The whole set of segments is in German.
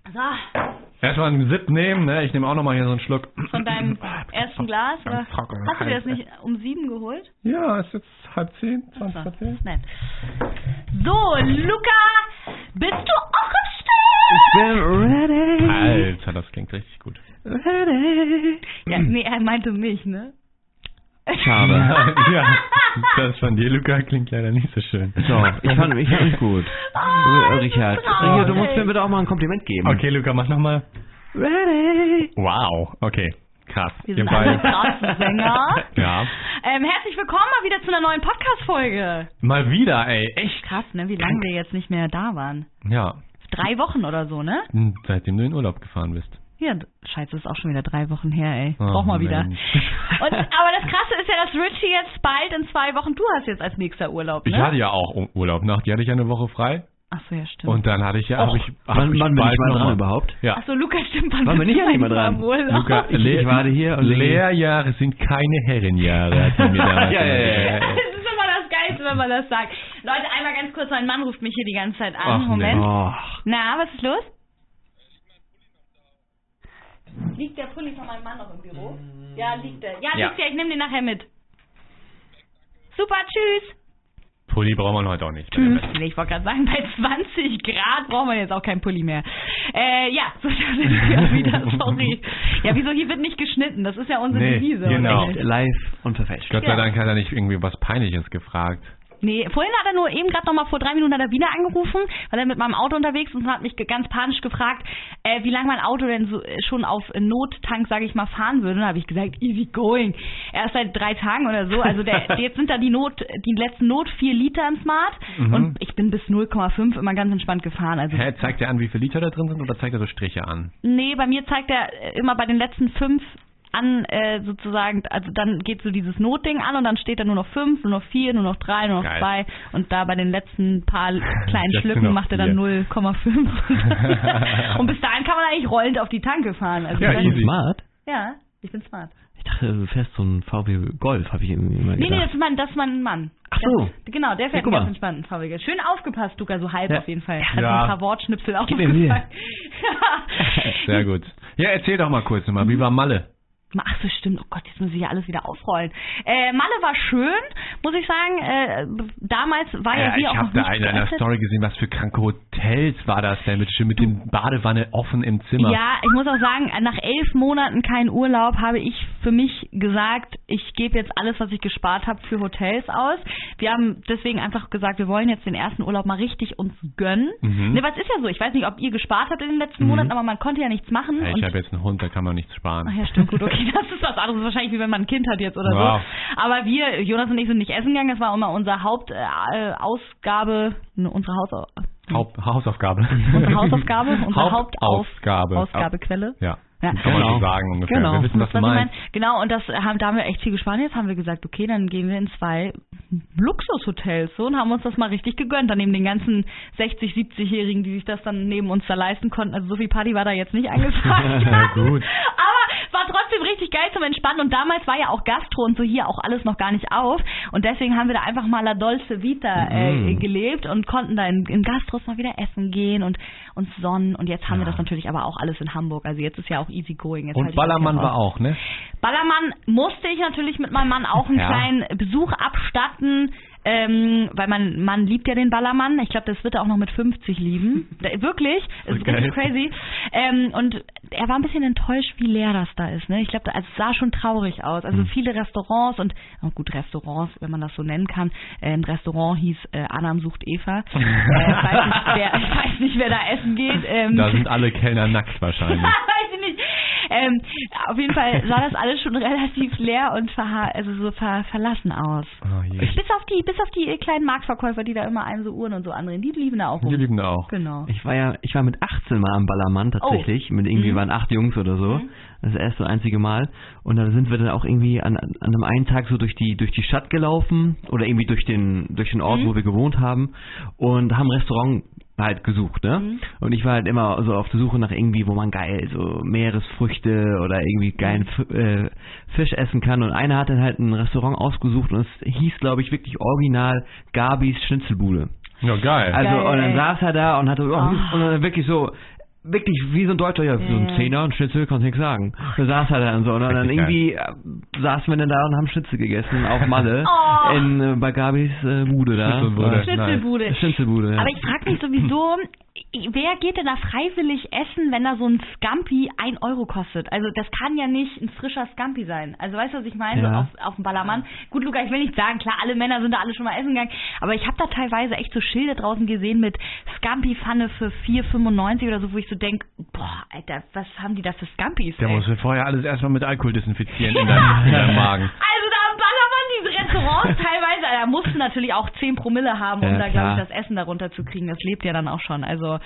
So. Erstmal einen Sip nehmen, ne? Ich nehme auch nochmal hier so einen Schluck. Von deinem ersten Glas? Oder? Hast du dir das nicht um 7 geholt? Ja, ist jetzt 9:30, 20 vor 10. Nein. So, Luca, bist du auch im Stall? Ich bin ready. Alter, das klingt richtig gut. Ready. Ja, nee, er meinte mich, ne? Schade. Ja, das von dir, Luca, klingt leider nicht so schön. So, ich fand mich gut. Richard, du musst mir bitte auch mal ein Kompliment geben. Okay, Luca, mach nochmal. Ready. Wow, okay, krass. Wir sind alle krasse Sänger. Ja. Herzlich willkommen mal wieder zu einer neuen Podcast-Folge. Mal wieder, ey, echt. Krass, ne? Wie lange wir jetzt nicht mehr da waren. Ja. 3 Wochen oder so, ne? Seitdem du in Urlaub gefahren bist. Ja, scheiße, ist auch schon wieder 3 Wochen her, ey. Oh, Brauch mal wieder. Mensch. Aber das Krasse ist ja, dass Richie jetzt bald in 2 Wochen, du hast jetzt als nächster Urlaub, ne? Ich hatte ja auch Urlaub. Die hatte ich ja eine Woche frei. Ach so, ja, stimmt. Und dann hatte ich ja... Wann bin ich mal dran überhaupt? Ja. Ach so, Luca, stimmt. Wann Wann bin ich eigentlich mal mal dran? Luca, Ich warte hier und Lehrjahre sind keine Herrenjahre, hat er mir damals Ja. Das ist immer das Geilste, wenn man das sagt. Leute, einmal ganz kurz, mein Mann ruft mich hier die ganze Zeit an. Ach, Moment. nee. Oh. Na, was ist los? Liegt der Pulli von meinem Mann noch im Büro? Ja, liegt er. Ja, liegt er. Ich nehme den nachher mit. Super, tschüss. Pulli braucht man heute auch nicht. Tschüss. Nee, ich wollte gerade sagen, bei 20 Grad braucht man jetzt auch keinen Pulli mehr. Ja, so da sind wir wieder, sorry. Ja, wieso, hier wird nicht geschnitten, das ist ja unsere Devise. Genau. Oder? Live und verfälscht. Gott sei Dank hat er nicht irgendwie was Peinliches gefragt. Nee, vorhin hat er nur eben gerade nochmal vor 3 Minuten hat er wieder angerufen, weil er mit meinem Auto unterwegs ist und hat mich ganz panisch gefragt, wie lange mein Auto denn so schon auf Nottank, sage ich mal, fahren würde. Und da habe ich gesagt, easy going. Erst seit 3 Tagen oder so. Also jetzt sind da die letzten 4 Liter im Smart und ich bin bis 0,5 immer ganz entspannt gefahren. Also Zeigt er an, wie viele Liter da drin sind oder zeigt er so Striche an? Nee, bei mir zeigt er immer bei den letzten 5 an, sozusagen, also dann geht so dieses Notding an und dann steht da nur noch 5, nur noch 4, nur noch 3, nur noch 2 und da bei den letzten paar kleinen Schlücken macht er dann 0,5 und bis dahin kann man eigentlich rollend auf die Tanke fahren. Also ja, easy. Smart? Ja, ich bin smart. Ich dachte, du fährst so ein VW Golf, habe ich irgendwie immer gedacht. Nee, das ist mein Mann. Ach so. Genau, der fährt guck einen ganz mal. entspannten VW Golf. Schön aufgepasst, Luca, so halb auf jeden Fall. Hat Ja. ein paar Wortschnipsel Gib mir Mühe. aufgefallen. Sehr gut. Ja, erzähl doch mal kurz nochmal, wie war Malle? Ach so, stimmt. Oh Gott, jetzt muss ich ja alles wieder aufrollen. Malle war schön, muss ich sagen. Damals war ja hier auch ich noch habe da nicht in einer geöffnet. Story gesehen, was für kranke Hotels war das denn mit den Badewanne offen im Zimmer. Ja, ich muss auch sagen, nach 11 Monaten kein Urlaub habe ich für mich gesagt, ich gebe jetzt alles, was ich gespart habe, für Hotels aus. Wir haben deswegen einfach gesagt, wir wollen jetzt den ersten Urlaub mal richtig uns gönnen. Ne, was ist ja so, ich weiß nicht, ob ihr gespart habt in den letzten Monaten, aber man konnte ja nichts machen. Ja, ich habe jetzt einen Hund, da kann man nichts sparen. Ach ja, stimmt, gut, okay, das ist was anderes, wahrscheinlich wie wenn man ein Kind hat jetzt oder Wow. so. Aber wir, Jonas und ich, sind nicht essen gegangen, das war immer unsere Hausaufgabe, unsere Hausaufgabe. unsere Hauptausgabe. Ausgabequelle. Ja. Ja. Kann man so sagen ungefähr. Genau. Wir wissen, was du Was ich meinst. meine. Genau, und da haben wir echt viel gespart. Jetzt haben wir gesagt, okay, dann gehen wir in 2 Luxushotels so und haben uns das mal richtig gegönnt. Dann neben den ganzen 60-, 70-Jährigen, die sich das dann neben uns da leisten konnten. Also so viel Party war da jetzt nicht angesagt. Ja, gut. Aber war trotzdem richtig geil zum Entspannen. Und damals war ja auch Gastro und so hier auch alles noch gar nicht auf. Und deswegen haben wir da einfach mal La Dolce Vita gelebt und konnten da in Gastros mal wieder essen gehen und uns sonnen. Und jetzt haben wir das natürlich aber auch alles in Hamburg. Also jetzt ist ja auch easy going. Jetzt Und Ballermann war auch, ne? Ballermann musste ich natürlich mit meinem Mann auch einen kleinen Besuch abstatten, weil mein Mann liebt ja den Ballermann. Ich glaube, das wird er auch noch mit 50 lieben. Wirklich, ist richtig crazy. Und er war ein bisschen enttäuscht, wie leer das da ist. Ne? Ich glaube, es sah schon traurig aus. Also viele Restaurants und, gut, Restaurants, wenn man das so nennen kann. Ein Restaurant hieß Adam sucht Eva. Ich weiß nicht, wer da essen geht. Da sind alle Kellner nackt wahrscheinlich. Weiß ich nicht. Auf jeden Fall sah das alles schon relativ leer und verlassen aus. Oh je. Bis auf die kleinen Marktverkäufer, die da immer einem so Uhren und so andrehen, die blieben da auch rum. Die lieben da auch. Genau. Ich war mit 18 Mal am Ballermann tatsächlich. Mit irgendwie waren 8 Jungs oder so. Das erste und einzige Mal. Und da sind wir dann auch irgendwie an einem einen Tag so durch die Stadt gelaufen oder irgendwie durch den Ort, wo wir gewohnt haben und haben ein Restaurant halt gesucht, ne? Und ich war halt immer so auf der Suche nach irgendwie, wo man geil so Meeresfrüchte oder irgendwie geilen Fisch essen kann. Und einer hat dann halt ein Restaurant ausgesucht und es hieß, glaube ich, wirklich original Gabis Schnitzelbude. Ja, geil. Also Geil, und dann ey. saß er da und hatte und dann wirklich so wirklich wie so ein Deutscher, ja, so ein Zehner, ein Schnitzel, kannst nichts sagen. Da saß er dann so, und dann irgendwie saßen wir dann da und haben Schnitzel gegessen, auf Malle, bei Gabis Bude da. Schnitzelbude. Ja. Aber ich frage mich sowieso, wer geht denn da freiwillig essen, wenn da so ein Scampi 1 Euro kostet? Also das kann ja nicht ein frischer Scampi sein. Also weißt du, was ich meine? Ja. So auf dem Ballermann. Gut, Luca, ich will nicht sagen, klar, alle Männer sind da alle schon mal essen gegangen, aber ich habe da teilweise echt so Schilder draußen gesehen mit Scampi-Pfanne für 4,95 oder so, wo ich so denke, boah, Alter, was haben die da für Scampis? Der muss vorher alles erstmal mit Alkohol desinfizieren in deinem Magen. Also da am Ballermann, diese Restaurants teilweise, da mussten natürlich auch 10 Promille haben, um da, glaube ich, das Essen darunter zu kriegen. Das lebt ja dann auch schon, also...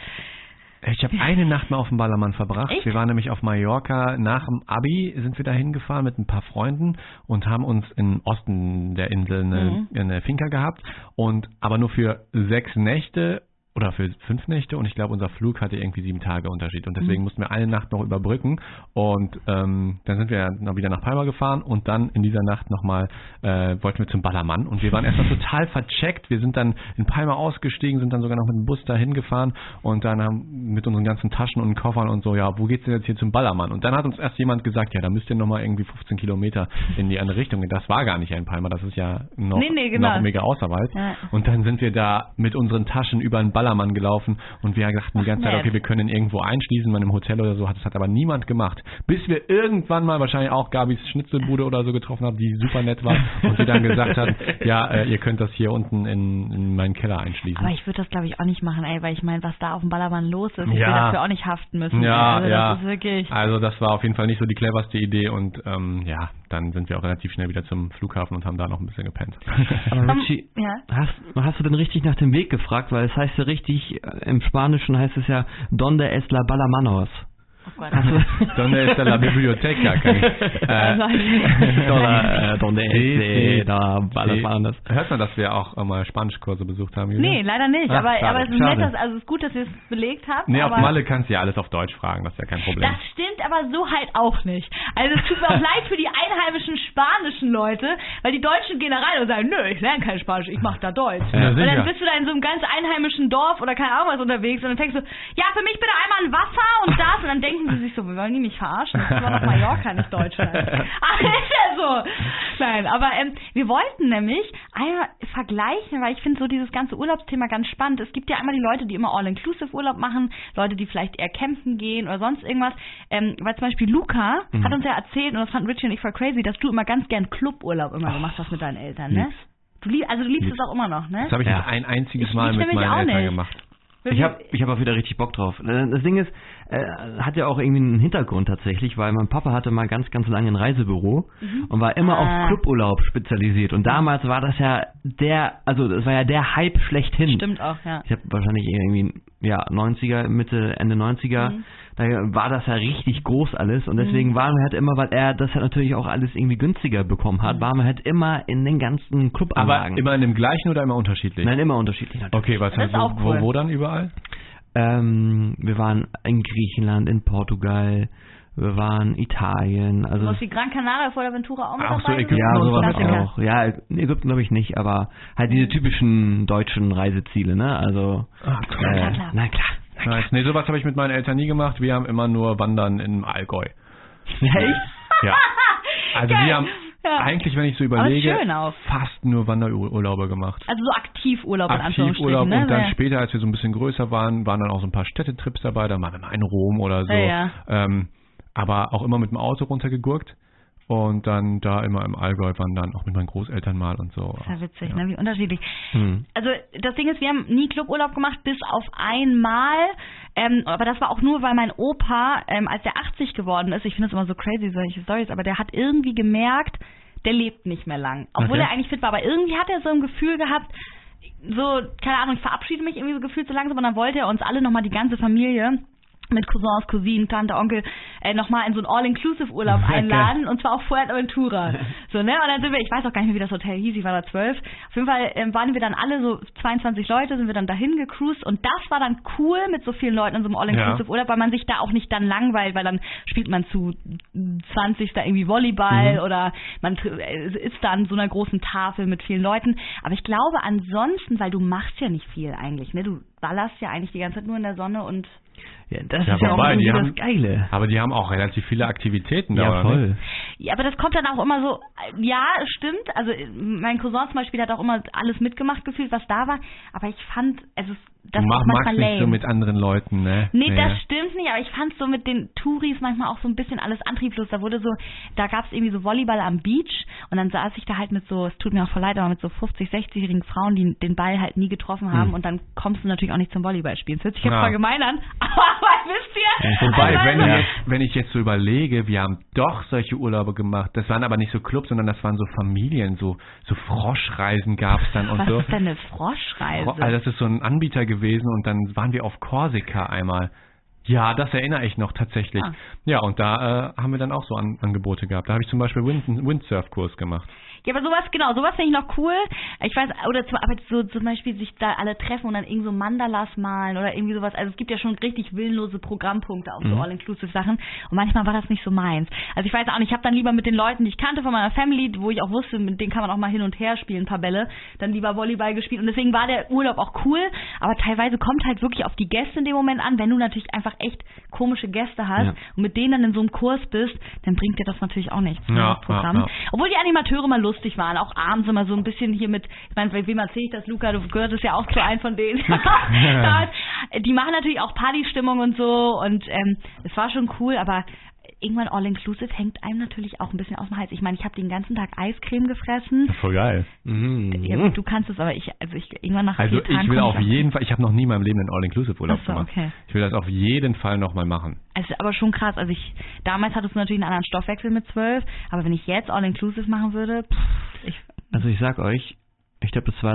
Ich habe eine Nacht mal auf dem Ballermann verbracht. Echt? Wir waren nämlich auf Mallorca. Nach dem Abi sind wir da hingefahren mit ein paar Freunden und haben uns im Osten der Insel eine Finca gehabt. Aber nur für 6 Nächte oder für 5 Nächte. Und ich glaube, unser Flug hatte irgendwie 7 Tage Unterschied. Und deswegen mussten wir eine Nacht noch überbrücken. Und dann sind wir noch wieder nach Palma gefahren. Und dann in dieser Nacht nochmal wollten wir zum Ballermann. Und wir waren erstmal total vercheckt. Wir sind dann in Palma ausgestiegen, sind dann sogar noch mit dem Bus dahin gefahren. Und dann haben mit unseren ganzen Taschen und Koffern und so, ja, wo geht's denn jetzt hier zum Ballermann? Und dann hat uns erst jemand gesagt, ja, da müsst ihr nochmal irgendwie 15 Kilometer in die andere Richtung. Und das war gar nicht in Palma. Das ist ja noch mega außerhalb. Ja. Und dann sind wir da mit unseren Taschen über den Ballermann gelaufen und wir dachten die ganze Zeit, okay, wir können ihn irgendwo einschließen, in einem Hotel oder so, das hat aber niemand gemacht. Bis wir irgendwann mal wahrscheinlich auch Gabis Schnitzelbude oder so getroffen haben, die super nett war und die dann gesagt hat, ja, ihr könnt das hier unten in meinen Keller einschließen. Aber ich würde das, glaube ich, auch nicht machen, weil ich meine, was da auf dem Ballermann los ist, ich will dafür auch nicht haften müssen. Ja, das ist wirklich... Also das war auf jeden Fall nicht so die cleverste Idee und dann sind wir auch relativ schnell wieder zum Flughafen und haben da noch ein bisschen gepennt. Aber Richie, hast du denn richtig nach dem Weg gefragt? Weil es heißt ja richtig, im Spanischen heißt es ja Donde es la Balamanos. Donde está la biblioteca? Donde es la Balamanos. Hört man, dass wir auch mal Spanischkurse besucht haben, Julia? Nee, leider nicht. Aber es ist nett, es ist gut, dass ihr es belegt habt. Nee, auf Malle kannst du ja alles auf Deutsch fragen, das ist ja kein Problem. Das stimmt aber so halt auch nicht. Also es tut mir auch leid für die einheimischen spanischen Leute, weil die Deutschen gehen da rein und sagen, nö, ich lerne kein Spanisch, ich mach da Deutsch. Und dann bist du da in so einem ganz einheimischen Dorf oder keine Ahnung was unterwegs und dann denkst du, ja, für mich bitte einmal ein Wasser und das und dann denken sie sich so, wir wollen die mich verarschen, das war doch Mallorca, nicht Deutschland. Ach, ist ja so. Nein, aber wir wollten nämlich einmal vergleichen, weil ich finde so dieses ganze Urlaubsthema ganz spannend. Es gibt ja einmal die Leute, die immer All-Inclusive-Urlaub machen, Leute, die vielleicht eher campen gehen oder sonst irgendwas. Weil zum Beispiel Luca hat uns ja erzählt, und das fanden Richie und ich voll crazy, dass du immer ganz gern Cluburlaub immer gemacht hast mit deinen Eltern, ne? Du liebst es auch immer noch, ne? Das habe ich nicht ein einziges Mal mit meinen Eltern gemacht. Ich hab auch wieder richtig Bock drauf. Das Ding ist, hat ja auch irgendwie einen Hintergrund tatsächlich, weil mein Papa hatte mal ganz, ganz lange ein Reisebüro und war immer auf Cluburlaub spezialisiert. Und damals war das ja das war ja der Hype schlechthin. Stimmt auch, ja. Ich habe wahrscheinlich irgendwie, 90er, Ende 90er, da war das ja richtig groß alles. Und deswegen waren wir halt immer, weil er das halt natürlich auch alles irgendwie günstiger bekommen hat, waren wir halt immer in den ganzen Clubanlagen. Aber immer in dem gleichen oder immer unterschiedlich? Nein, immer unterschiedlich natürlich. Okay, was heißt wo dann überall? Wir waren in Griechenland, in Portugal, wir waren in Italien. Also was wie Gran Canaria, Fuerteventura auch mit dabei? So Ägypten ja, sowas auch. Ja, Ägypten glaube ich nicht, aber halt diese typischen deutschen Reiseziele, ne? Also, klar. Na klar. Nice. Nee, sowas habe ich mit meinen Eltern nie gemacht. Wir haben immer nur Wandern im Allgäu. Echt? Ja. Also wir haben eigentlich, wenn ich so überlege, fast nur Wanderurlaube gemacht. Also so Aktivurlaub in Aktivurlaub ne? Und dann später, als wir so ein bisschen größer waren dann auch so ein paar Städtetrips dabei. Da waren wir mal in Rom oder so. Ja. Aber auch immer mit dem Auto runtergegurkt. Und dann da immer im Allgäu wandern, auch mit meinen Großeltern mal und so. Das ist ja witzig, ne? Wie unterschiedlich. Also das Ding ist, wir haben nie Cluburlaub gemacht, bis auf einmal. Aber das war auch nur, weil mein Opa, als der 80 geworden ist, ich finde das immer so crazy, solche Storys, aber der hat irgendwie gemerkt, der lebt nicht mehr lang. Obwohl er eigentlich fit war, aber irgendwie hat er so ein Gefühl gehabt, so, keine Ahnung, ich verabschiede mich irgendwie so gefühlt so langsam und dann wollte er uns alle nochmal, die ganze Familie, mit Cousins, Cousinen, Tante, Onkel, nochmal in so einen All-Inclusive-Urlaub einladen und zwar auf Fuerteventura. So, ne? Und dann sind wir, ich weiß auch gar nicht mehr, wie das Hotel hieß, ich war da 12. Auf jeden Fall waren wir dann alle so 22 Leute, sind wir dann dahin gecruised und das war dann cool mit so vielen Leuten in so einem All-Inclusive-Urlaub, weil man sich da auch nicht dann langweilt, weil dann spielt man zu 20 da irgendwie Volleyball oder man ist da an so einer großen Tafel mit vielen Leuten. Aber ich glaube ansonsten, weil du machst ja nicht viel eigentlich, ne? Du ballerst ja eigentlich die ganze Zeit nur in der Sonne und ja, das ist ja auch irgendwie das Geile. Aber die haben auch relativ viele Aktivitäten da, ja, voll. Ja, aber das kommt dann auch immer so, ja, stimmt, also mein Cousin zum Beispiel hat auch immer alles mitgemacht gefühlt, was da war, aber ich fand, also das du auch manchmal lame. Nicht so mit anderen Leuten, ne? Nee, das stimmt nicht, aber ich fand so mit den Touris manchmal auch so ein bisschen alles antrieblos. Da gab es irgendwie so Volleyball am Beach und dann saß ich da halt mit so, es tut mir auch voll leid, aber mit so 50, 60-jährigen Frauen, die den Ball halt nie getroffen haben und dann kommst du natürlich auch nicht zum Volleyballspielen. Das hört sich jetzt voll gemein an, aber wisst ihr? Wobei, wenn ich jetzt so überlege, wir haben doch solche Urlaube gemacht, das waren aber nicht so Clubs, sondern das waren so Familien, so Froschreisen gab es dann und was so. Was ist denn eine Froschreise? Also das ist so ein Anbieter gewesen und dann waren wir auf Korsika einmal. Ja, das erinnere ich noch tatsächlich. Ja, und da haben wir dann auch so Angebote gehabt. Da habe ich zum Beispiel Windsurf-Kurs gemacht. Ja, aber sowas finde ich noch cool. Ich weiß, aber so zum Beispiel sich da alle treffen und dann irgend so Mandalas malen oder irgendwie sowas. Also es gibt ja schon richtig willenlose Programmpunkte auf so All-Inclusive-Sachen und manchmal war das nicht so meins. Also ich weiß auch nicht, ich habe dann lieber mit den Leuten, die ich kannte von meiner Family, wo ich auch wusste, mit denen kann man auch mal hin und her spielen, ein paar Bälle, dann lieber Volleyball gespielt und deswegen war der Urlaub auch cool, aber teilweise kommt halt wirklich auf die Gäste in dem Moment an, wenn du natürlich einfach echt komische Gäste hast und mit denen dann in so einem Kurs bist, dann bringt dir das natürlich auch nichts, das Programm. Obwohl die Animateure mal lustig waren, auch abends immer so ein bisschen hier mit, ich meine, wem erzähle ich das, Luca, du gehörst ja auch zu einem von denen. Die machen natürlich auch Partystimmung und so und es war schon cool, aber irgendwann All-Inclusive hängt einem natürlich auch ein bisschen aus dem Hals. Ich meine, ich habe den ganzen Tag Eiscreme gefressen. Ja, voll geil. Ja, du kannst es, aber ich irgendwann nach 4 Tagen... Also ich will auf jeden Fall, ich habe noch nie in meinem Leben einen All-Inclusive-Urlaub gemacht. Okay. Ich will das auf jeden Fall nochmal machen. Also aber schon krass. Also damals hattest du natürlich einen anderen Stoffwechsel mit 12, aber wenn ich jetzt All-Inclusive machen würde, Also ich sag euch, ich glaube, das war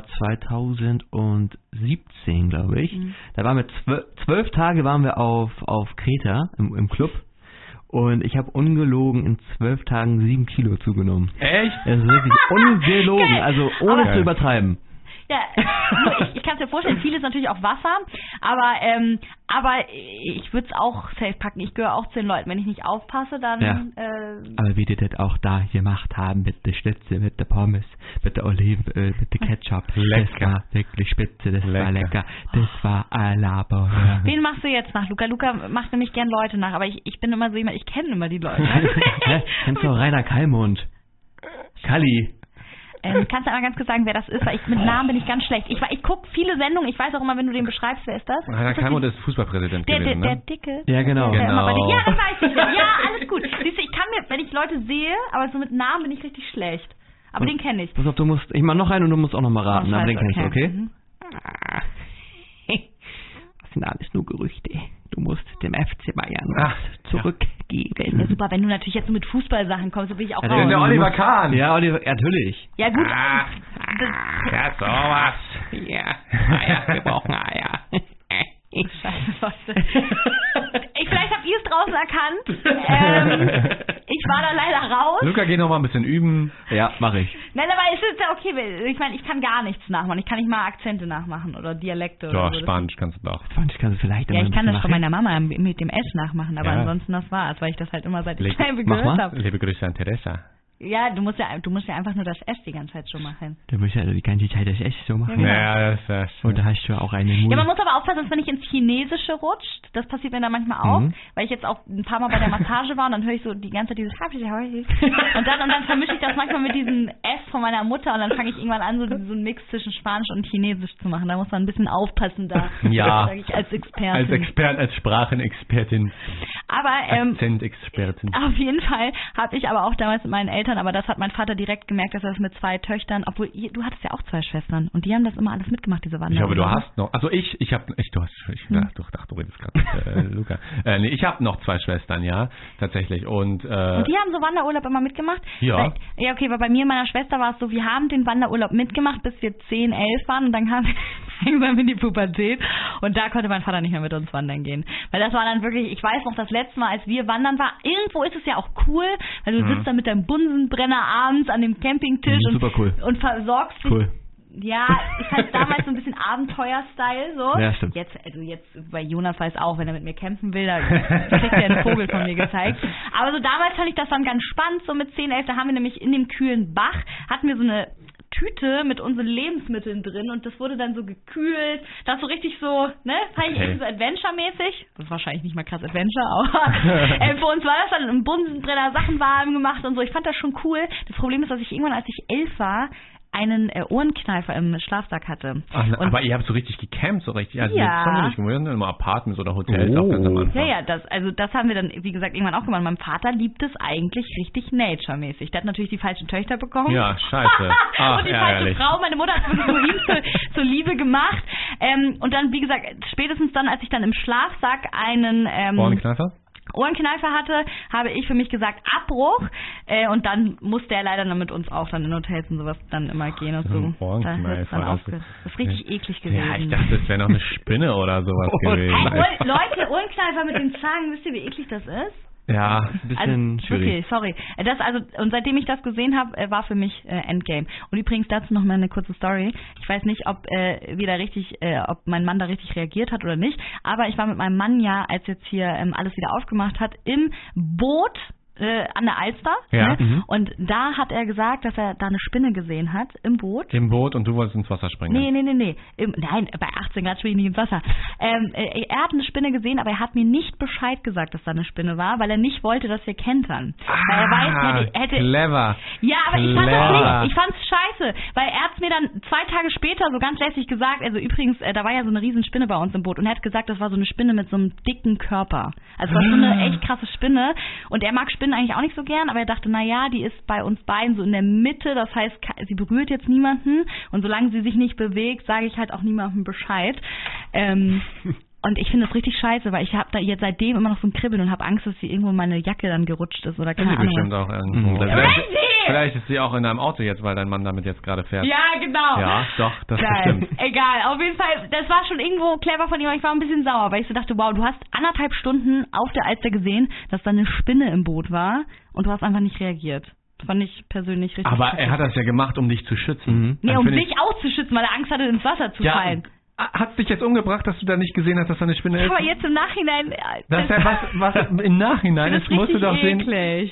2017, glaube ich. Da waren wir 12 Tage waren wir auf Kreta im Club. Und ich habe ungelogen in 12 Tagen 7 Kilo zugenommen. Echt? Das ist wirklich ungelogen, also ohne zu übertreiben. Ja, ich kann es mir vorstellen, viel ist natürlich auch Wasser, aber ich würde es auch safe packen. Ich gehöre auch zu den Leuten. Wenn ich nicht aufpasse, dann... Ja. Aber wie die das auch da gemacht haben, mit der Schnitzel, mit der Pommes, mit der Olivenöl, mit der Ketchup. Lecker. Das war wirklich spitze, das war lecker. Das war Alaba. Wen machst du jetzt nach, Luca? Luca macht nämlich gern Leute nach, aber ich bin immer so jemand, ich kenne immer die Leute. Kennst du Rainer Kallmund? Kalli. Kannst du einmal ganz kurz sagen, wer das ist? Weil mit Namen bin ich ganz schlecht. Ich gucke viele Sendungen, ich weiß auch immer, wenn du den beschreibst, wer ist das? Rainer Kallmund ist Fußballpräsident gewesen, ne? Der Dicke. Ja, genau. Ja, das weiß ich. Ja, alles gut. Siehst du, ich kann mir, wenn ich Leute sehe, aber so mit Namen bin ich richtig schlecht. Aber den kenne ich. Pass auf, ich mach noch einen und du musst auch noch mal raten, aber den kennst du, okay? Das sind alles nur Gerüchte. Du musst dem FC Bayern zurückgeben. Ja, super, wenn du natürlich jetzt nur mit Fußballsachen kommst, dann bin ich auch raus. Der Oliver Kahn. Ja, Oliver, natürlich. Ja, gut. Ja, sowas. Ja, Eier, wir brauchen Eier. Scheiße. Vielleicht habt ihr es draußen erkannt. Ich war da leider raus. Luca, geh noch mal ein bisschen üben. Ja, mache ich. Nein, aber es ist ja okay. Ich meine, ich kann gar nichts nachmachen. Ich kann nicht mal Akzente nachmachen oder Dialekte. Doch, oder so. Spanisch kannst du doch. Spanisch kannst du vielleicht. Ja, ich kann das von meiner Mama mit dem S nachmachen, aber ansonsten das war's, weil ich das halt immer seit ich klein gehört habe. Liebe Grüße an Teresa. Ja, du musst ja einfach nur das S die ganze Zeit schon machen. Du musst ja die ganze Zeit das S so machen. Ja, das ist ja schön. Und da hast du auch eine Mut. Ja, man muss aber aufpassen, dass man nicht ins Chinesische rutscht. Das passiert mir dann manchmal auch, weil ich jetzt auch ein paar Mal bei der Massage war und dann höre ich so die ganze Zeit dieses und dann vermische ich das manchmal mit diesem S von meiner Mutter und dann fange ich irgendwann an, so einen Mix zwischen Spanisch und Chinesisch zu machen. Da muss man ein bisschen aufpassen da. Ja. Sag ich als Expertin. Als Sprachenexpertin. Aber Akzentexpertin. Auf jeden Fall habe ich aber auch damals mit meinen Eltern, aber das hat mein Vater direkt gemerkt, dass er das mit 2 Töchtern, obwohl du hattest ja auch 2 Schwestern und die haben das immer alles mitgemacht, diese Wanderung. Ich hoffe, du hast noch, also ich dachte, du redest gerade mit Luca. Nee, ich habe noch 2 Schwestern, ja, tatsächlich. Und die haben so Wanderurlaub immer mitgemacht? Ja. Okay, weil bei mir und meiner Schwester war es so, wir haben den Wanderurlaub mitgemacht, bis wir 10, 11 waren und dann haben wir langsam in die Pubertät und da konnte mein Vater nicht mehr mit uns wandern gehen. Weil das war dann wirklich, ich weiß noch, das letzte Mal, als wir wandern war, irgendwo ist es ja auch cool, weil du sitzt da mit deinem Bunsenbrenner abends an dem Campingtisch und versorgst dich. Cool. Ja, ich fand es damals so ein bisschen Abenteuer-Style, so. Ja, stimmt. Jetzt bei Jonas weiß auch, wenn er mit mir campen will, da kriegt er einen Vogel von mir gezeigt. Aber so damals fand ich das dann ganz spannend, so mit 10, 11, da haben wir nämlich in dem kühlen Bach, hatten wir so eine Tüte mit unseren Lebensmitteln drin und das wurde dann so gekühlt. Das so richtig so, ne, fand ich irgendwie so Adventure-mäßig. Das ist wahrscheinlich nicht mal krass Adventure, aber für uns war das dann im Bunsenbrenner Sachen warm gemacht und so. Ich fand das schon cool. Das Problem ist, dass ich irgendwann, als ich 11 war, einen Ohrenkneifer im Schlafsack hatte. Ach, aber ihr habt so richtig gecampt, so richtig. Also jetzt haben wir nicht gewohnt, immer Apartments oder Hotels auch ganz am Anfang. Ja, das haben wir dann, wie gesagt, irgendwann auch gemacht. Mein Vater liebt es eigentlich richtig nature-mäßig. Der hat natürlich die falschen Töchter bekommen. Ja, scheiße. Ach, und die falsche Frau. Meine Mutter hat es zur Liebe gemacht. Und dann, wie gesagt, spätestens dann, als ich dann im Schlafsack einen Ohrenkneifer hatte, habe ich für mich gesagt, Abbruch. Und dann musste er leider dann mit uns auch dann in Hotels und sowas dann immer gehen und so. Ohrenkneifer. Das ist richtig eklig gewesen. Ja, ich dachte, das wäre noch eine Spinne oder sowas gewesen. Hey, Leute, Ohrenkneifer mit den Zangen, wisst ihr, wie eklig das ist? Ja, ein bisschen schwierig. Okay, sorry. Und seitdem ich das gesehen habe, war für mich Endgame. Und übrigens dazu noch mal eine kurze Story. Ich weiß nicht, ob mein Mann da richtig reagiert hat oder nicht, aber ich war mit meinem Mann ja, als jetzt hier alles wieder aufgemacht hat, im Boot an der Alster. Ja. Ne? Und da hat er gesagt, dass er da eine Spinne gesehen hat im Boot. Im Boot und du wolltest ins Wasser springen? Nee. Nein, bei 18 Grad springe ich nicht ins Wasser. Er hat eine Spinne gesehen, aber er hat mir nicht Bescheid gesagt, dass da eine Spinne war, weil er nicht wollte, dass wir kentern. Weil er weiß, hätte clever. Ja, aber ich fand das nicht. Ich fand's scheiße, weil er hat's mir dann 2 Tage später so ganz lässig gesagt, also übrigens, da war ja so eine riesen Spinne bei uns im Boot und er hat gesagt, das war so eine Spinne mit so einem dicken Körper. Also das war schon eine echt krasse Spinne und er mag Spinnen eigentlich auch nicht so gern, aber er dachte, naja, die ist bei uns beiden so in der Mitte, das heißt, sie berührt jetzt niemanden und solange sie sich nicht bewegt, sage ich halt auch niemandem Bescheid. Und ich finde das richtig scheiße, weil ich habe da jetzt seitdem immer noch so ein Kribbeln und habe Angst, dass sie irgendwo in meine Jacke dann gerutscht ist oder keine Ahnung. Bestimmt auch irgendwo. Vielleicht ist sie auch in deinem Auto jetzt, weil dein Mann damit jetzt gerade fährt. Ja, genau. Ja, doch, das bestimmt. Egal, auf jeden Fall, das war schon irgendwo clever von ihm, aber ich war ein bisschen sauer, weil ich so dachte, wow, du hast 1,5 Stunden auf der Alster gesehen, dass da eine Spinne im Boot war und du hast einfach nicht reagiert. Das fand ich persönlich richtig Aber er hat das ja gemacht, um dich zu schützen. Nee, um dich auch zu schützen, weil er Angst hatte, ins Wasser zu fallen. Hat es dich jetzt umgebracht, dass du da nicht gesehen hast, dass da eine Spinne ist? Aber jetzt im Nachhinein... Das ist ja was im Nachhinein ist, musst du doch sehen...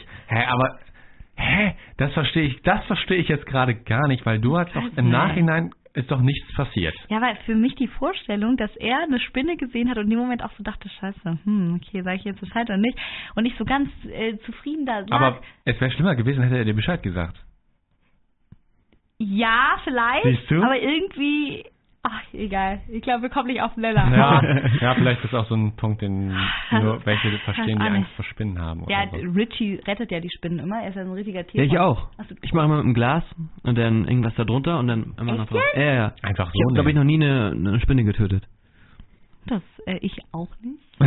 Das verstehe ich jetzt gerade gar nicht, weil du hast doch im Nachhinein ist doch nichts passiert. Ja, weil für mich die Vorstellung, dass er eine Spinne gesehen hat und in dem Moment auch so dachte, scheiße, okay, sage ich jetzt Bescheid oder nicht? Und ich so ganz zufrieden da lag. Aber es wäre schlimmer gewesen, hätte er dir Bescheid gesagt. Ja, vielleicht. Siehst du? Aber irgendwie... Ach, egal. Ich glaube, wir kommen nicht auf den Nenner. Ja, vielleicht ist auch so ein Punkt, den nur welche verstehen, die Angst vor Spinnen haben. Ja, oder so. Richie rettet ja die Spinnen immer. Er ist ja ein richtiger Tier. Ja, ich auch. Ich mache immer mit einem Glas und dann irgendwas da drunter und dann immer noch drauf. Ja. Einfach so. Ich habe, glaube ich, noch nie eine Spinne getötet. Das ich auch nicht. Das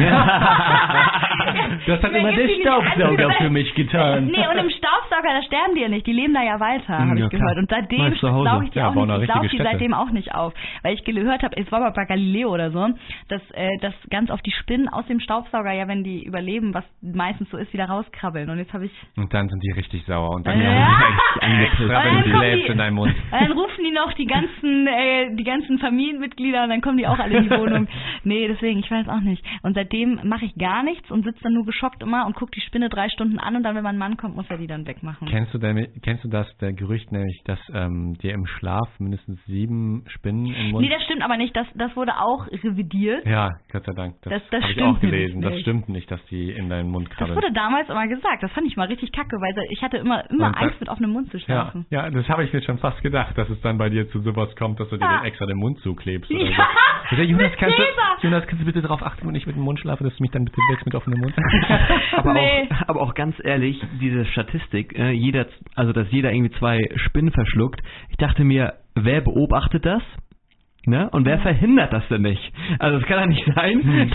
hat immer der Staubsauger für mich getan. Nee, und im Staubsauger, da sterben die ja nicht. Die leben da ja weiter, habe ich gehört. Und seitdem sauge ich die auch nicht. Ich sauge die seitdem auch nicht auf. Weil ich gehört habe, es war mal bei Galileo oder so, dass ganz oft die Spinnen aus dem Staubsauger, ja, wenn die überleben, was meistens so ist, wieder rauskrabbeln. Und jetzt habe ich... Und dann sind die richtig sauer. Und dann krabbeln die selbst in deinen Mund. Und dann rufen die noch die ganzen Familienmitglieder und dann kommen die auch alle in die Wohnung. Nee, deswegen, ich weiß auch nicht. Und seitdem mache ich gar nichts und sitze dann nur geschockt immer und gucke die Spinne 3 Stunden an und dann, wenn mein Mann kommt, muss er die dann wegmachen. Kennst du das Gerücht nämlich, dass dir im Schlaf mindestens 7 Spinnen im Mund... Nee, das stimmt aber nicht. Das wurde auch revidiert. Ja, Gott sei Dank. Das habe ich auch gelesen. Das stimmt nicht, dass die in deinen Mund krabbeln. Das wurde damals immer gesagt. Das fand ich mal richtig kacke, weil ich hatte immer Angst, mit offenem Mund zu schlafen. Ja, das habe ich mir schon fast gedacht, dass es dann bei dir zu sowas kommt, dass du dir extra den Mund zuklebst oder so. Jonas, kannst du bitte darauf achten, wenn ich mit dem Mund schlafe, dass du mich dann bitte wächst mit offenem Mund? aber auch ganz ehrlich, diese Statistik, dass jeder irgendwie 2 Spinnen verschluckt. Ich dachte mir, wer beobachtet das? Ne? Und wer verhindert das denn nicht? Also es kann ja nicht sein.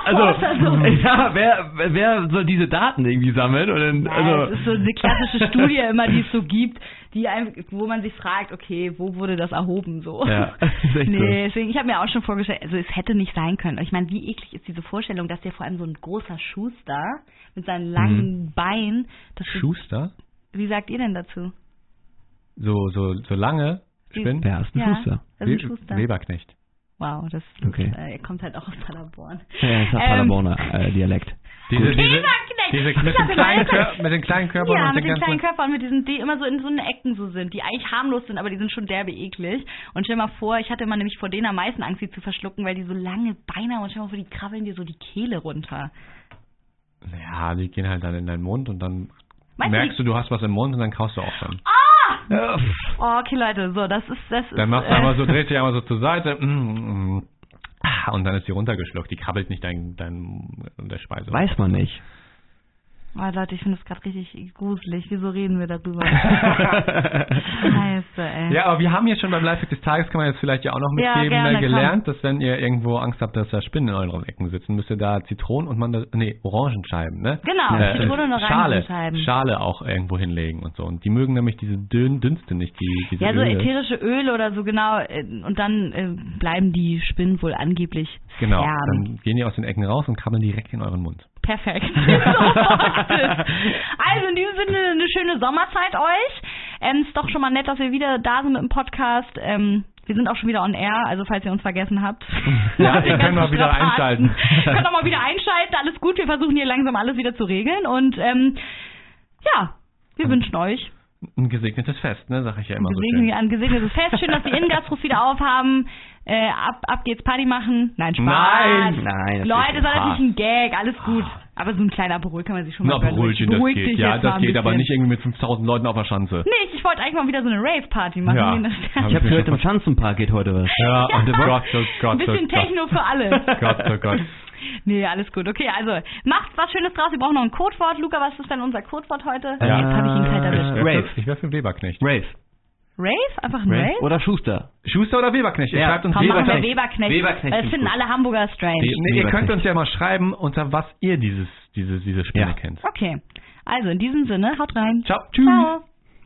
Wer soll diese Daten irgendwie sammeln? Und dann, das ist so eine klassische Studie immer, die es so gibt, wo man sich fragt, okay, wo wurde das erhoben so? Ja, deswegen, ich habe mir auch schon vorgestellt, also es hätte nicht sein können. Ich meine, wie eklig ist diese Vorstellung, dass der vor allem so ein großer Schuster mit seinen langen Beinen... Schuster? Wie sagt ihr denn dazu? So lange? Spinnen? Wer ist ein Schuster? Das ist ein Schuster. Weberknecht. Wow, er kommt halt auch aus Paderborn. Ja, das ist ein Paderborner Dialekt. Diese mit den kleinen Körpern und mit den kleinen Körpern, die immer so in so Ecken so sind, die eigentlich harmlos sind, aber die sind schon derbe eklig. Und stell dir mal vor, ich hatte immer nämlich vor denen am meisten Angst, sie zu verschlucken, weil die so lange Beine haben und stell dir mal vor, die krabbeln dir so die Kehle runter. Ja, die gehen halt dann in deinen Mund und dann merkst du hast was im Mund und dann kaust du auch dann. Ja. Oh, okay, Leute, so, das ist... Dann machst du einmal so, drehst dich einmal so zur Seite, und dann ist sie runtergeschluckt. Die krabbelt nicht der Speise. Weiß man nicht. Oh, Leute, ich finde das gerade richtig gruselig. Wieso reden wir darüber? Scheiße, ey. Ja, aber wir haben jetzt schon beim Lifehack des Tages, kann man jetzt vielleicht ja auch noch mitgeben, gelernt, dass wenn ihr irgendwo Angst habt, dass da Spinnen in euren Ecken sitzen, müsst ihr da Zitronen und Orangenscheiben, ne? Genau, Zitronen und Orangenscheiben. Schale auch irgendwo hinlegen und so. Und die mögen nämlich diese Dünste nicht, diese ja, so Öle. ätherische Öle oder so, genau. Und dann bleiben die Spinnen wohl angeblich genau, fern. Dann gehen die aus den Ecken raus und krabbeln direkt in euren Mund. Perfekt. Also in diesem Sinne eine schöne Sommerzeit euch. Ist doch schon mal nett, dass wir wieder da sind mit dem Podcast. Wir sind auch schon wieder on air, also falls ihr uns vergessen habt. Ja, ihr könnt mal wieder einschalten. Ihr könnt auch mal wieder einschalten, alles gut. Wir versuchen hier langsam alles wieder zu regeln. Und wir wünschen euch ein gesegnetes Fest, ne, sag ich ja immer so schön. Ein gesegnetes Fest. Schön, dass die Innengastros wieder aufhaben. Ab geht's Party machen. Nein, Spaß. Nein. Leute, das ist natürlich ein Gag, alles gut. Aber so ein kleiner Aperol kann man sich schon mal gönnen. Das geht. Ja, das geht, aber nicht irgendwie mit 5000 Leuten auf der Schanze. Nee, ich wollte eigentlich mal wieder so eine Rave-Party machen. Ja. Ich habe gehört, im Schanzenpark geht heute was. Ja, und Gott. Ein bisschen Techno für alle. Gott. Nee, alles gut. Okay, also macht was Schönes draus. Wir brauchen noch ein Codewort. Luca, was ist denn unser Codewort heute? Jetzt habe ich ihn kalt erwischt. Rave. Ich wäre für Weberknecht. Rave? Einfach ein Rave? Oder Schuster. Schuster oder Weberknecht? Ihr schreibt uns Weberknecht. Weberknecht. Das finden alle Hamburger strange. Ihr könnt uns ja mal schreiben, unter was ihr diese Spinne kennt. Okay, also in diesem Sinne, haut rein. Ciao. Ciao.